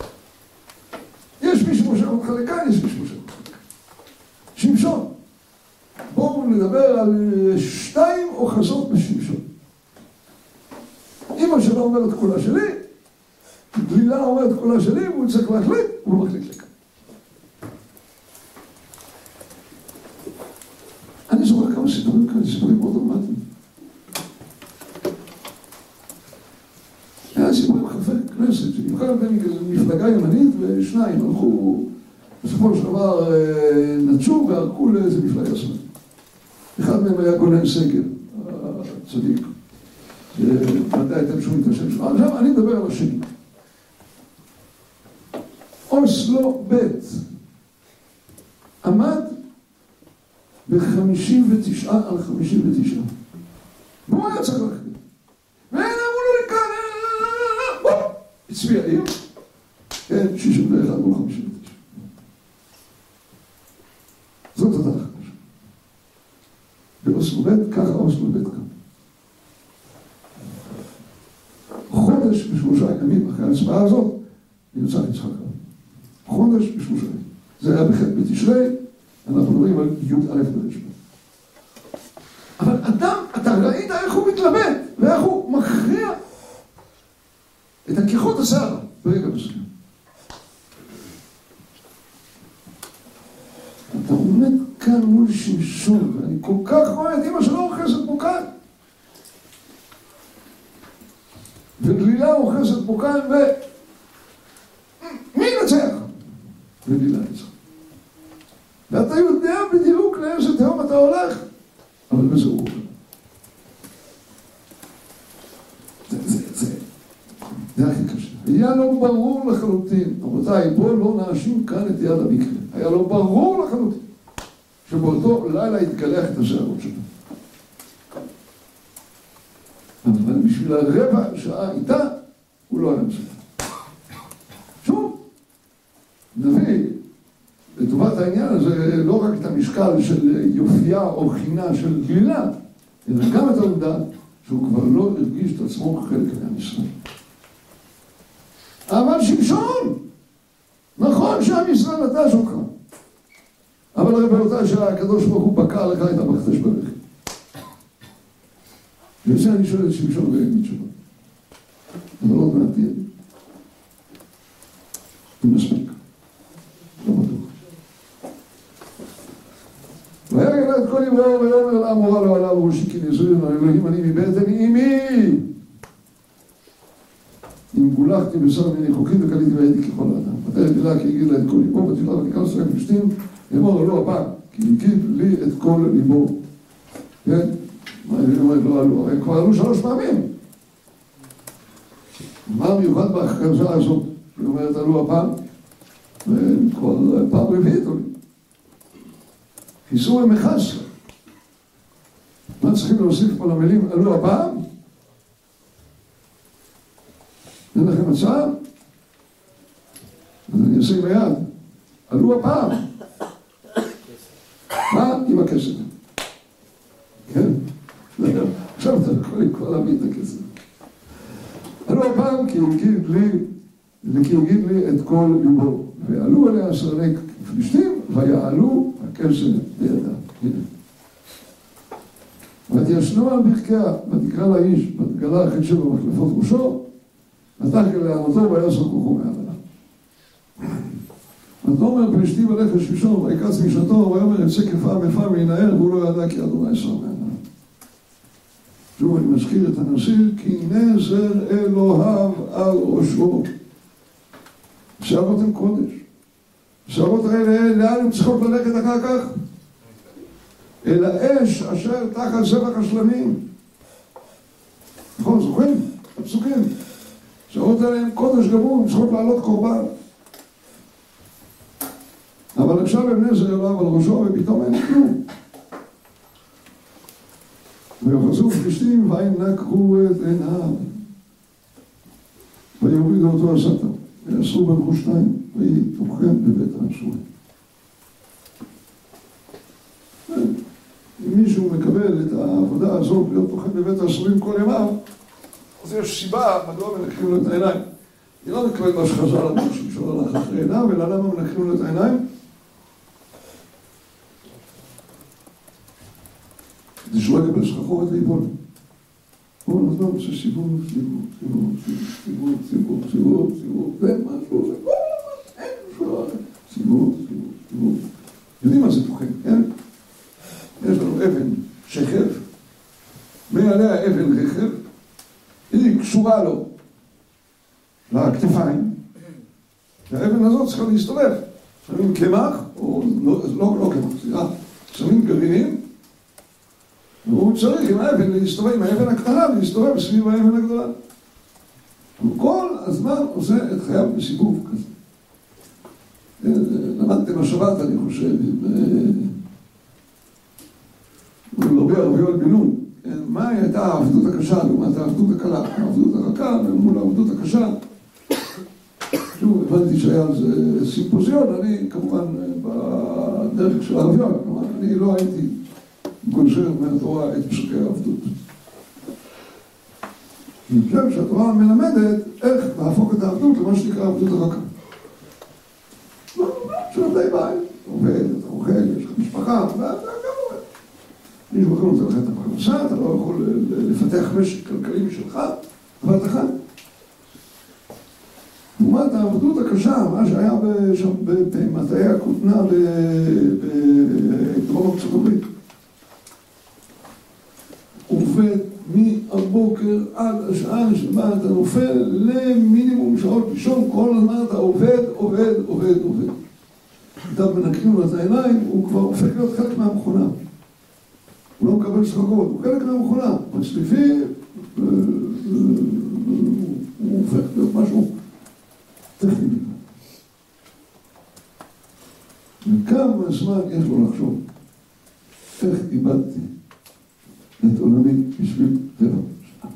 יש מישהו מושך אותך לכאן, יש מישהו מושך אותך לכאן. שמשון. בואו נדבר על שתיים אוחזות בשמשון. אמא שלו אומרת כולה שלי, דלילה אומרת כולה שלי, והוא צריך להחליט, הוא מחליט לכאן. אני זוכר כמה סיפורים כאלה, סיפורים מאוד דרמטיים. היה סיפורים חבר כנסת, שנבחר בין כזה מפלגה ימנית, ושניים הלכו, בסופו של דבר נטשו וערכו לאיזה מפלגה שמאלית. אחד מהם היה גונן סגל, הצדיק, שמתי הייתם שומעים את השם שלו. עכשיו אני מדבר על השני. אוסלו ב' עמד ב-חמישים ותשע על חמישים ותשע. והוא היה צריך להחליט. ואין אמרו לו לכאן, בוא, הצביע עיר. כן, שישים ואחד מול חמישים ותשע. זאת אותה החלטה. באוסלו ב' ככה אוסלו ב' כאן. חודש בשלושה ימים אחרי ההצבעה הזאת, נרצח יצחק רבין. חודש בשלושה ימים. זה היה בחטא בתשרי, אנחנו מדברים על י' א' ברשת. אבל אדם, אתה ראית איך הוא מתלבט, ואיך הוא מכריע את הכיחות השערה ברגע מסוים. אתה עומד כאן מול שמשון, ואני כל כך רואה את אמא שלו אוחזת בו כאן. ודלילה אוחזת בו כאן, ו... מי ינצח? ודלילה ינצח. ואתה יודע בדיוק לאיזה תהום אתה הולך, אבל בזה הוא הולך. זה, זה, זה, זה הכי קשה. היה לו ברור לחלוטין, רבותיי, בוא לא נאשים כאן את יד המקרה. היה לו ברור לחלוטין, שבאותו לילה יתגלח את השערות שלו. אבל בשביל הרבע שעה איתה, הוא לא היה מסוים. שוב, נביא לטובת העניין הזה לא רק את המשקל של יופייה או חינה של גלילה, אלא גם את העובדה שהוא כבר לא הרגיש את עצמו חלק מעם ישראל. אבל שמשון, נכון שעם ישראל נטש אותך, אבל הרי באותה שעה הקדוש ברוך הוא בקע לך את המכתש ברכב. וזה אני שואל את שמשון ואין תשובה. אבל עוד מעט תהיה. זה מספיק. לא בטוח. את כל יבואו ויאמר לה אמורה לו עליו ראשי כי נזרין אלוהים אני מבטן אמי אם גולחתי בשר מיני חוקים וקליתי והייתי ככל האדם ותרד אלה כי הגיד לה את כל ליבו ותפלה ותיכנס להם פלישתים אמור לו הפעם כי הגיד לי את כל ליבו כן? מה היא אומרת לא עלו? הרי כבר עלו שלוש פעמים מה מיוחד בהכרזה הזאת היא אומרת עלו הפעם וכבר פעם רביעית עולים חיסור המחס מה צריכים להוסיף פה למילים עלו הפעם? אין לכם הצעה? אז אני אעשה ביד עלו הפעם מה עם הכסף? כן? עכשיו אתה יכולים כבר להביא את הכסף עלו הפעם כי הגיד לי כי הגיד לי את כל ליבו ועלו עליה סרני פלישתים ויעלו הכסף בידה ותישנו על ברכיה ותקרא לאיש ותגלה אחרי שבע מחלפות ראשו ותחל לענותו ויעשה כוחו מעלה ותאמר פלישתי בלך שמשון ויקץ משנתו ויאמר יצא כפה מפה מנער והוא לא ידע כי אדוני שר מעלה שוב אני מזכיר את הנשיא כי נזר אלוהיו על ראשו שערות הם קודש שערות האלה לאן הם צריכות ללכת אחר כך? אל האש אשר תחת זבח השלמים נכון, זוכרים? הפסוקים שערות האלה הם קודש גמור, הם צריכות לעלות קורבן אבל עכשיו הם נזר אלוהיו על ראשו ופתאום אין כלום ויוחזו פלישתים וינקחו את עיניו ויורידו אותו הסתה ויעשו בלכו שניים ויהי תוכן בבית האסורים. אם מישהו מקבל את העבודה הזאת להיות תוכן בבית האסורים כל ימיו אז יש סיבה מדוע מנקחים לו את העיניים. היא לא מקבל מה שחז"ל אמרו שמשול הלך אחרי עיניו אלא למה מנקחים לו את העיניים? כדי שלא יקבל סחרחורת ויפול. כל הזמן עושה סיבוב, סיבוב, סיבוב, סיבוב, סיבוב, סיבוב, סיבוב, ומשהו, זה כל הזמן, אין משהו אחר. סיבוב, סיבוב, סיבוב. יודעים מה זה תוכן, כן? יש לנו אבן שכב, מעליה אבן רכב, היא קשורה לו לכתפיים, והאבן הזאת צריכה להסתובב. שמים קמח, או לא, לא קמח, סליחה, שמים גרעינים, והוא צריך עם האבן להסתובב, עם האבן הקטנה להסתובב סביב האבן הגדולה. הוא כל הזמן עושה את חייו בסיבוב כזה. למדתם השבת, אני חושב, עם רבי ערביון בן נון, מה הייתה העבדות הקשה לעומת העבדות הקלה? העבדות הרכה מול העבדות הקשה. שוב, הבנתי שהיה על זה סימפוזיון, אני כמובן בדרך של ערביון, כלומר, אני לא הייתי גולשר מהתורה את פסוקי העבדות. אני חושב שהתורה מלמדת איך להפוך את העבדות למה שנקרא העבדות הרכה. של עבדי בית, אתה עובד, אתה אוכל, יש לך משפחה, ואתה גם עובד. מישהו אחר נותן לך את הפרנסה, אתה לא יכול לפתח משק כלכלי משלך, אבל אתה חי. לעומת העבדות הקשה, מה שהיה במטעי הכותנה בדרום ארצות הברית. עובד מהבוקר עד השעה שבה אתה נופל למינימום שעות לישון, כל הזמן אתה עובד, עובד, עובד, עובד. אתה מנקרים לו את העיניים, הוא כבר הופך להיות חלק מהמכונה. הוא לא מקבל שחקות, הוא חלק מהמכונה. מצליפים, הוא הופך להיות משהו טכני. וכמה זמן יש לו לחשוב איך איבדתי את עולמי בשביל טבע שעה.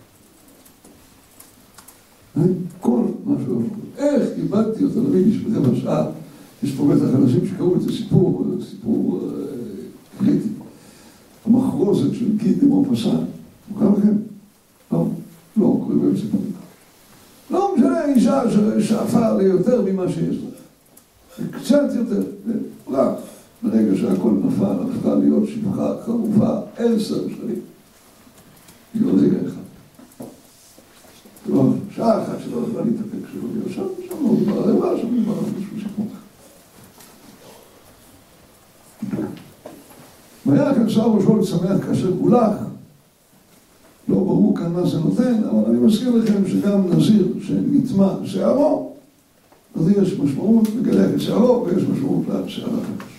כל משהו, איך איבדתי את עולמי בשביל טבע שעה. יש פה בטח אנשים שקראו את הסיפור, סיפור קריטי. המחרוזת של גיד דמו פסן. מוכר לכם? לא, לא, קוראים להם סיפורים. לא משנה אישה שאפה ליותר ממה שיש לה. קצת יותר, רק ברגע שהכל נפל, הפכה להיות שפחה חרופה עשר שנים. היא לא רגע אחד. לא, שעה אחת שלא יכולה להתאפק שלו, שם, שם לא דבר רבה, שם דבר משהו סיפור. ויעקב שר ראשו לשמח כאשר גולח. לא ברור כאן מה זה נותן, אבל אני מזכיר לכם שגם נזיר שנטמע שערו, אז יש משמעות לגלח את שערו ויש משמעות לשער הקדוש.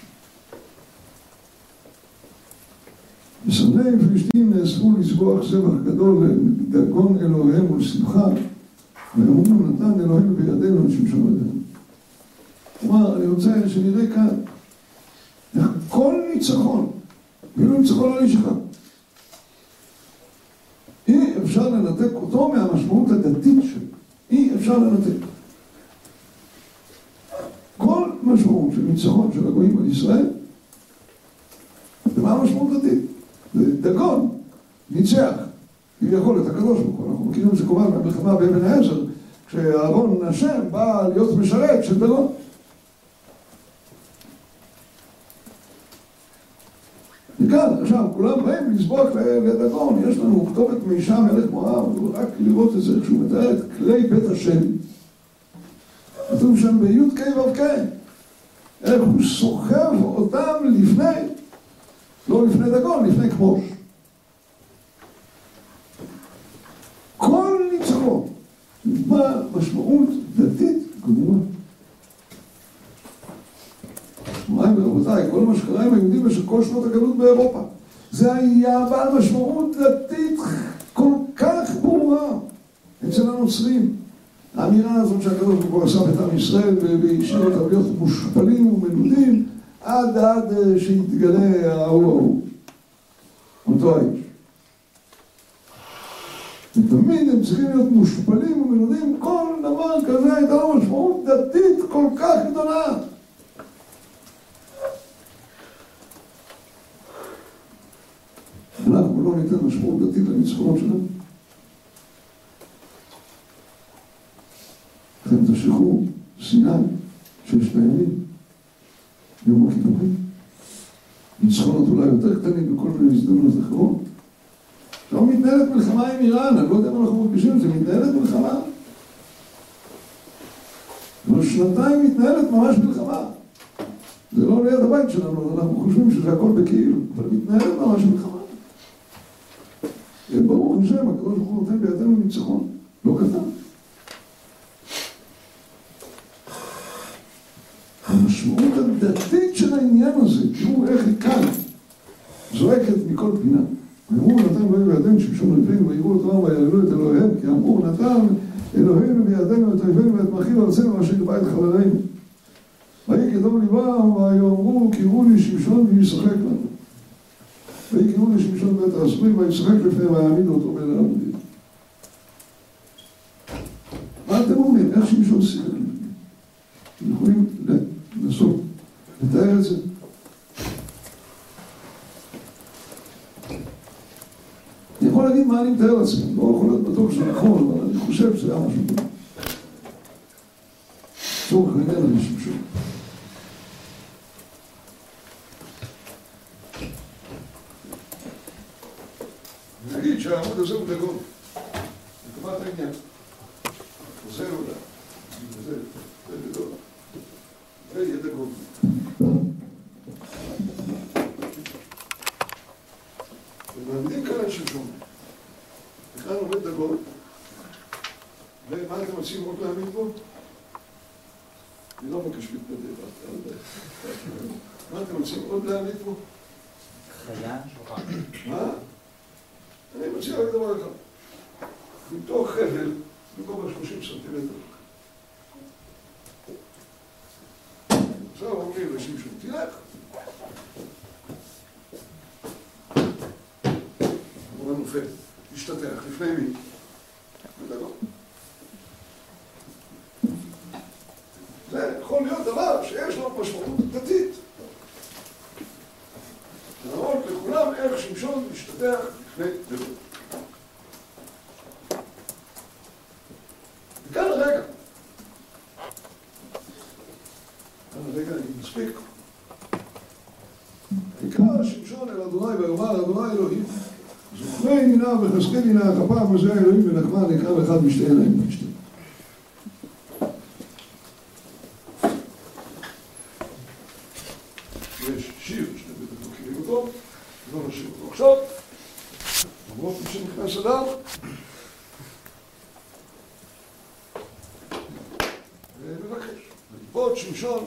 ושבני פלישתים נאספו לזבוח זבח גדול לדגון אלוהיהם ולשמחה, ואמרו נתן אלוהינו בידינו את שמשון בידינו. כלומר, אני רוצה שנראה כאן איך כל ניצחון, ואילו ניצחון על איש אחד, אי אפשר לנתק אותו מהמשמעות הדתית שלו. אי אפשר לנתק. כל משמעות של ניצחון של הגויים על ישראל, ומה המשמעות הדתית? דגון, ניצח, כביכול את הקדוש ברוך הוא. אנחנו מכירים שקוראים במלחמה באבן העזר, כשאהרון השם בא להיות משרת של דגון. וכאן, עכשיו, כולם באים לסבוח לדגון, יש לנו כתובת מישה מלך מואב, רק לראות את זה, כשהוא מתאר את כלי בית השם. כתוב שם בי' ק' ו' ק', איך הוא סוחב אותם לפני, לא לפני דגון, לפני כמוש. כל ניצחון, מה משמעות דתית גמורה. שמיים ורבותיי, כל מה שקרה עם היהודים במשך כל שנות הגלות באירופה, זה היה בעל משמעות דתית כל כך ברורה אצל הנוצרים. האמירה הזאת שהקדוש ברוך הוא אסף את עם ישראל והשאיר אותם להיות מושפלים ומנודים עד עד שיתגלה ההוא ההוא, אותו האיש. ותמיד הם צריכים להיות מושפלים ומנודים, כל דבר כזה הייתה לו משמעות דתית כל כך גדולה. אנחנו לא ניתן משמעות דתית לניצחונות שלנו. אתם תשכחו סיני של שני ימים, יום הכיפורים. ניצחונות אולי יותר קטנים בכל מיני הזדמנות אחרות. עכשיו מתנהלת מלחמה עם איראן, אני לא יודע מה אנחנו מרגישים את זה, מתנהלת מלחמה. אבל שנתיים מתנהלת ממש מלחמה. זה לא ליד הבית שלנו, אנחנו חושבים שזה הכל בכאילו, אבל מתנהלת ממש מלחמה. ברוך השם, הקדוש ברוך הוא נותן בידינו ניצחון, לא קטן. המשמעות הדתית של העניין הזה, תראו איך היא כאן, זועקת מכל פינה. ואמרו נתן אלוהים בידינו שמשון אויבינו ויראו אותם ויעללו את אלוהיהם, כי אמרו נתן אלוהינו בידינו את אויבינו ואת מכיל ארצנו ואשר יקבע את חברינו. ויהי כדום ליבם ויאמרו קראו לי שמשון וישחק לנו. ויקראו לשמשון בית העשרים וישחק לפניהם ויעמיד אותו בין העמודים. מה אתם אומרים? איך שמשון שיחק לפניהם? אתם יכולים לנסות לתאר את זה? אני יכול להגיד מה אני מתאר לעצמי, לא יכול להיות בטוח שזה נכון, אבל אני חושב שזה היה משהו טוב. צורך העניין הזה שמשון. נגיד שהעמוד הזה הוא דגון, לטובת העניין, עוזר אותה, זה, זה גדול, זה יהיה דגון. ומעמידים כאן את שמשון, וכאן עומד דגון, ומה אתם רוצים עוד להעמיד בו? אני לא מבקש להתנדב, מה אתם רוצים עוד להעמיד בו? חיה? מה? אני מציע רק דבר אחד, מתוך חבל, בגובה שלושים סנטימטר. עכשיו אומרים לשמשון, תלך. הוא נופל, תשתתח, לפני מי? בדגון. זה יכול להיות דבר שיש לו משמעות דתית. להראות לכולם איך שמשון משתתח לפני דגון. וכאן הרגע. כאן הרגע אני מספיק. ויקרא שמשון אל אדוני ויאמר אדוני אלוהים, זוכרני נא וחזקני נא אך הפעם הזה אלוהים ונחמה נקרא אחד משתי אלוהים משתי. יש שיר שאתם בטח מכירים אותו, לא נשאיר אותו עכשיו. למרות שנכנס אדם. ומבקש. ולפות שמשון.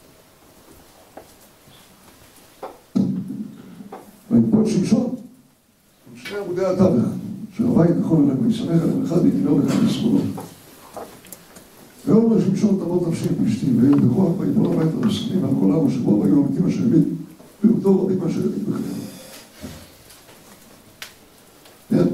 ולפות שמשון. שני עמודי התווך. שהבית נכון אליהם וישמח עליהם אחד ויתנור לך לסכונו. ואומר שמשון תמות נפשי פלישתים והם בכוח ויפול הבית הרסנים על כל העם שבו והיו המתים אשר הביא וירדו רבים אשר הביא בחייהם. כן?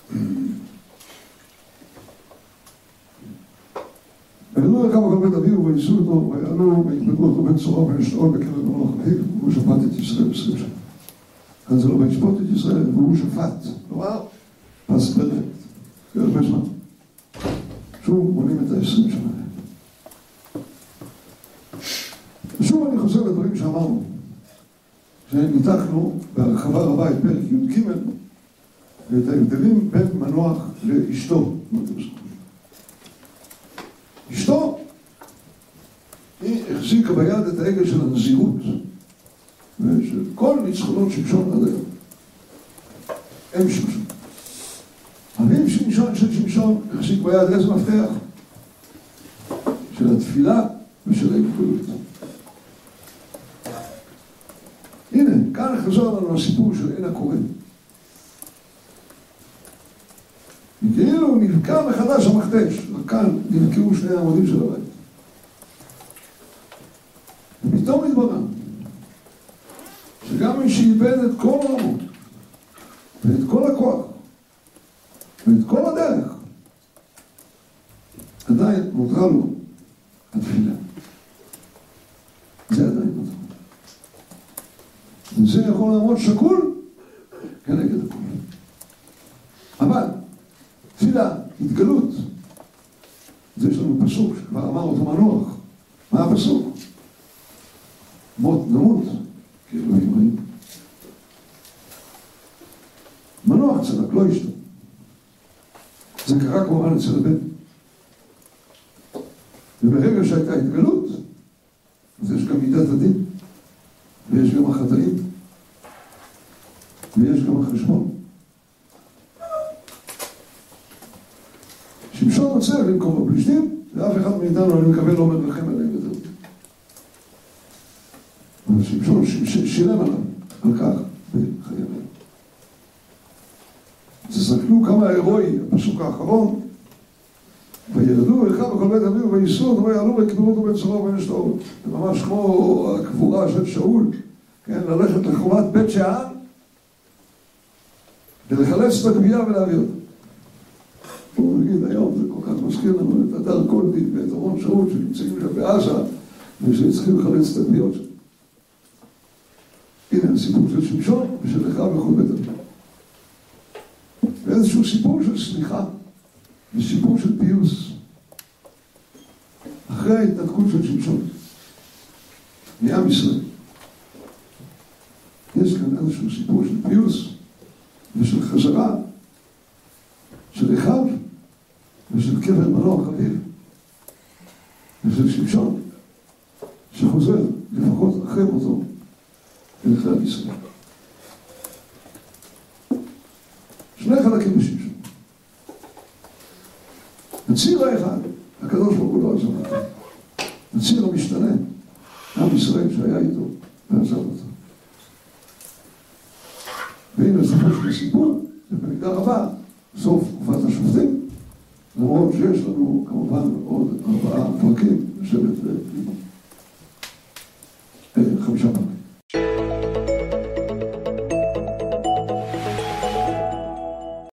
וירדו לכמה כל בית אביהו וייסעו אותו ויעלו ויקבלו אותו בן צורה ובן שטרון בקרב מלוך אביו והוא שפט את ישראל עשרים שנה. כאן זה לא וישפוט את ישראל והוא שפט. כלומר, פס פרפקט. זה הרבה זמן. שוב מונים את ה-עשרים שנה. ושוב אני חוזר לדברים שאמרנו, שניתחנו בהרחבה רבה את פרק י"ג ואת ההבדלים בין מנוח לאשתו. אשתו היא החזיקה ביד את העגל של הנזירות ושל כל ניצחונות שמשון עד היום. הם שמשון. אביו שמשון של שמשון החזיק ביד איזה מפתח? של התפילה ושל ההתפעלות. הנה, כאן חזור לנו הסיפור של עין הכהן. כאילו נבקע מחדש המכתש, וכאן נבקעו שני העמודים של הבית. ופתאום התברר שגם מי שאיבד את כל הרמות ואת כל הכוח ואת כל הדרך עדיין נותרה לו התפילה. זה עדיין נותרה. וזה יכול לעמוד שקול כנגד הכול. אבל תפילה, התגלות, זה יש לנו פסוק שכבר אמר אותו מנוח. מה הפסוק? מות נמות כאלוהים רעים. מנוח צדק, לא אשתו. זה קרה כמובן אצל הבן. וברגע שהייתה התגלות, אז יש גם מידת הדין, ויש גם החטאים, ויש גם החשבון. שמשון רוצה למכור בפלישתים, ואף אחד מאיתנו, אני מקווה, לא אומר לכם עליהם יותר. אבל שמשון שילם עליו, על כך, בחייו. תסתכלו כמה הירואי, הפסוק האחרון, וירדו אליך בכל בית אביהו וייסעו אותו ויעלו ויקברו אותו בן צורה ובן שטרון. זה ממש כמו הקבורה של שאול, כן, ללכת לחומת בית שאן ולחלץ את הגבייה ולהביא אותה. הוא נגיד היום, זה כל כך מזכיר לנו את הדר קולדי ואת אורון שאול שנמצאים שם בעזה ושצריכים לחלץ את הגביות שלהם. הנה הסיפור של שמשון ושל אליך בכל בית אביהו. ואיזשהו סיפור של סליחה וסיפור של פיוס אחרי ההתנתקות של שמשון מעם ישראל. יש כאן איזשהו סיפור של פיוס ושל חזרה של אחיו ושל קבר מנוח אביו ושל שמשון שחוזר לפחות אחרי מותו אל כלל ישראל. שני חלקים בשמשון. הציר האחד, הקדוש ברוך הוא לא עזב אותו. הציר המשתנה, עם ישראל שהיה איתו ועזב אותו. והנה סופו של הסיפור, זה במידה רבה, סוף תקופת השופטים, למרות שיש לנו כמובן